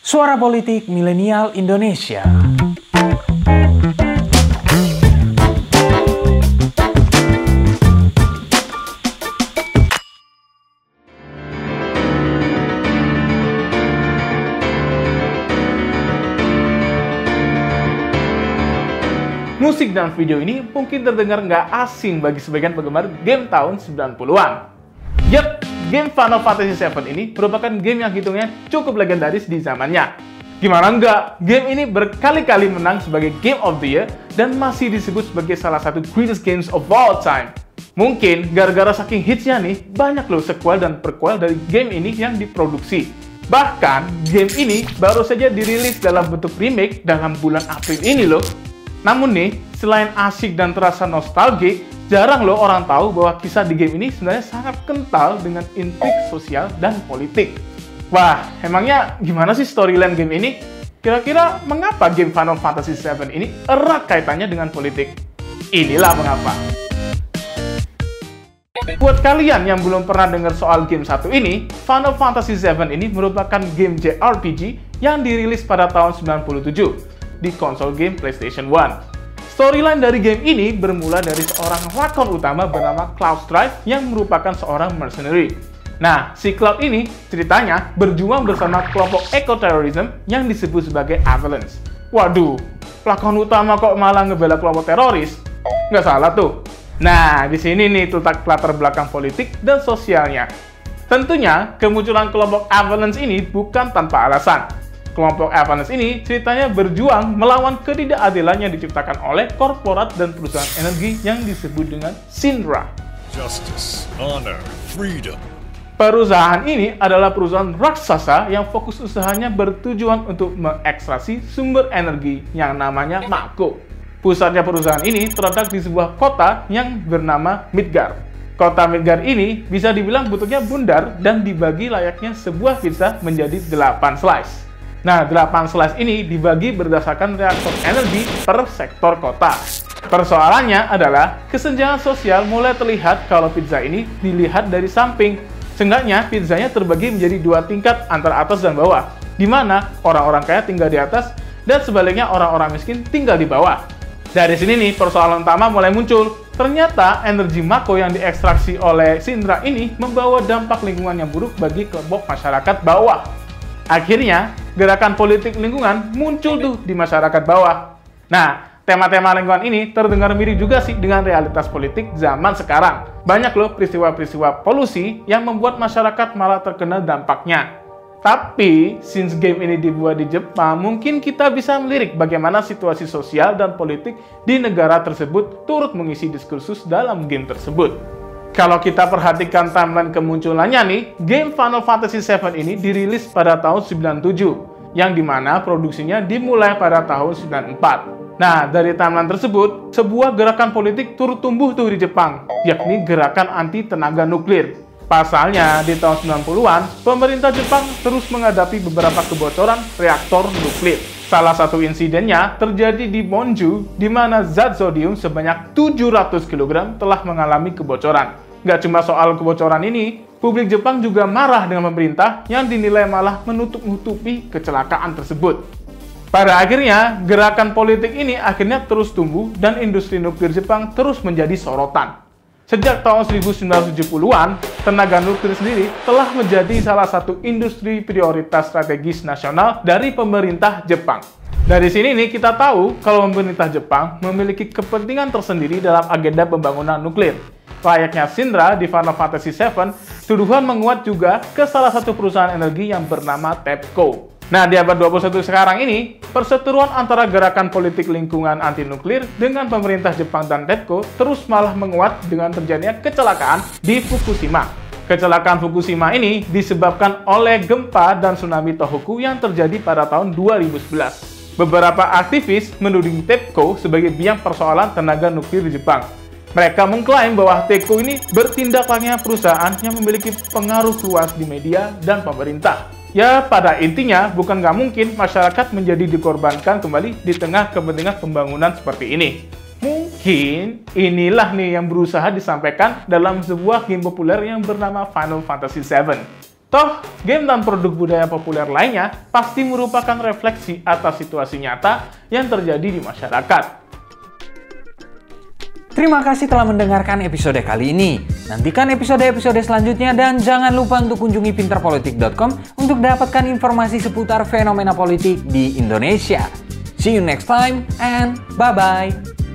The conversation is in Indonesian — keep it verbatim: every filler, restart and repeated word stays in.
Suara Politik Milenial Indonesia. Musik dan video ini mungkin terdengar nggak asing bagi sebagian penggemar game tahun sembilan puluhan. Yap, game Final Fantasy tujuh ini merupakan game yang hitungnya cukup legendaris di zamannya. Gimana nggak? Game ini berkali-kali menang sebagai Game of the Year dan masih disebut sebagai salah satu greatest games of all time. Mungkin gara-gara saking hitsnya nih, banyak loh sequel dan prequel dari game ini yang diproduksi. Bahkan, game ini baru saja dirilis dalam bentuk remake dalam bulan April ini loh. Namun nih, selain asik dan terasa nostalgik, jarang loh orang tahu bahwa kisah di game ini sebenarnya sangat kental dengan intrik sosial dan politik. Wah, emangnya gimana sih storyline game ini? Kira-kira mengapa game Final Fantasy tujuh ini erat kaitannya dengan politik? Inilah mengapa. Buat kalian yang belum pernah dengar soal game satu ini, Final Fantasy tujuh ini merupakan game J R P G yang dirilis pada tahun sembilan puluh tujuh. Di konsol game PlayStation one. Storyline dari game ini bermula dari seorang lakon utama bernama Cloud Strife yang merupakan seorang mercenary. Nah, si Cloud ini ceritanya berjuang bersama kelompok eco-terrorism yang disebut sebagai Avalanche. Waduh, lakon utama kok malah ngebela kelompok teroris? Nggak salah tuh. Nah, di sini nih letak latar belakang politik dan sosialnya. Tentunya, kemunculan kelompok Avalanche ini bukan tanpa alasan. Kelompok Avalanche ini ceritanya berjuang melawan ketidakadilan yang diciptakan oleh korporat dan perusahaan energi yang disebut dengan Syndra. Justice, honor, freedom. Perusahaan ini adalah perusahaan raksasa yang fokus usahanya bertujuan untuk mengekstraksi sumber energi yang namanya Mako. Pusatnya perusahaan ini terletak di sebuah kota yang bernama Midgar. Kota Midgar ini bisa dibilang bentuknya bundar dan dibagi layaknya sebuah pizza menjadi delapan slice. Nah, delapan slice ini dibagi berdasarkan reaktor energi per sektor kota. Persoalannya adalah kesenjangan sosial mulai terlihat kalau pizza ini dilihat dari samping. Seenggaknya pizzanya terbagi menjadi dua tingkat antara atas dan bawah, di mana orang-orang kaya tinggal di atas dan sebaliknya orang-orang miskin tinggal di bawah. Dari sini nih persoalan utama mulai muncul. Ternyata energi Mako yang diekstraksi oleh Syndra ini membawa dampak lingkungan yang buruk bagi kelompok masyarakat bawah. Akhirnya, gerakan politik lingkungan muncul tuh di masyarakat bawah. Nah, tema-tema lingkungan ini terdengar mirip juga sih dengan realitas politik zaman sekarang. Banyak loh peristiwa-peristiwa polusi yang membuat masyarakat malah terkena dampaknya. Tapi, since game ini dibuat di Jepang, mungkin kita bisa melirik bagaimana situasi sosial dan politik di negara tersebut turut mengisi diskursus dalam game tersebut. Kalau kita perhatikan timeline kemunculannya nih, game Final Fantasy tujuh ini dirilis pada tahun sembilan puluh tujuh, yang dimana produksinya dimulai pada tahun sembilan puluh empat. Nah, dari timeline tersebut, sebuah gerakan politik turut tumbuh tuh di Jepang, yakni gerakan anti tenaga nuklir. Pasalnya, di tahun sembilan puluhan, pemerintah Jepang terus menghadapi beberapa kebocoran reaktor nuklir. Salah satu insidennya terjadi di Monju, di mana zat zodium sebanyak tujuh ratus kilogram telah mengalami kebocoran. Nggak cuma soal kebocoran ini, publik Jepang juga marah dengan pemerintah yang dinilai malah menutup-nutupi kecelakaan tersebut. Pada akhirnya, gerakan politik ini akhirnya terus tumbuh dan industri nuklir Jepang terus menjadi sorotan. Sejak tahun seribu sembilan ratus tujuh puluhan, tenaga nuklir sendiri telah menjadi salah satu industri prioritas strategis nasional dari pemerintah Jepang. Dari sini nih kita tahu kalau pemerintah Jepang memiliki kepentingan tersendiri dalam agenda pembangunan nuklir. Layaknya Syndra di Final Fantasy tujuh, tuduhan menguat juga ke salah satu perusahaan energi yang bernama TEPCO. Nah, di abad dua puluh satu sekarang ini, perseteruan antara gerakan politik lingkungan anti-nuklir dengan pemerintah Jepang dan TEPCO terus malah menguat dengan terjadinya kecelakaan di Fukushima. Kecelakaan Fukushima ini disebabkan oleh gempa dan tsunami Tohoku yang terjadi pada tahun dua ribu sebelas. Beberapa aktivis menuding TEPCO sebagai biang persoalan tenaga nuklir di Jepang. Mereka mengklaim bahwa TEPCO ini bertindak layaknya perusahaan yang memiliki pengaruh luas di media dan pemerintah. Ya, pada intinya bukan nggak mungkin masyarakat menjadi dikorbankan kembali di tengah kepentingan pembangunan seperti ini. Mungkin inilah nih yang berusaha disampaikan dalam sebuah game populer yang bernama Final Fantasy tujuh. Toh, game dan produk budaya populer lainnya pasti merupakan refleksi atas situasi nyata yang terjadi di masyarakat. Terima kasih telah mendengarkan episode kali ini. Nantikan episode-episode selanjutnya dan jangan lupa untuk kunjungi pinterpolitik dot com untuk dapatkan informasi seputar fenomena politik di Indonesia. See you next time and bye-bye.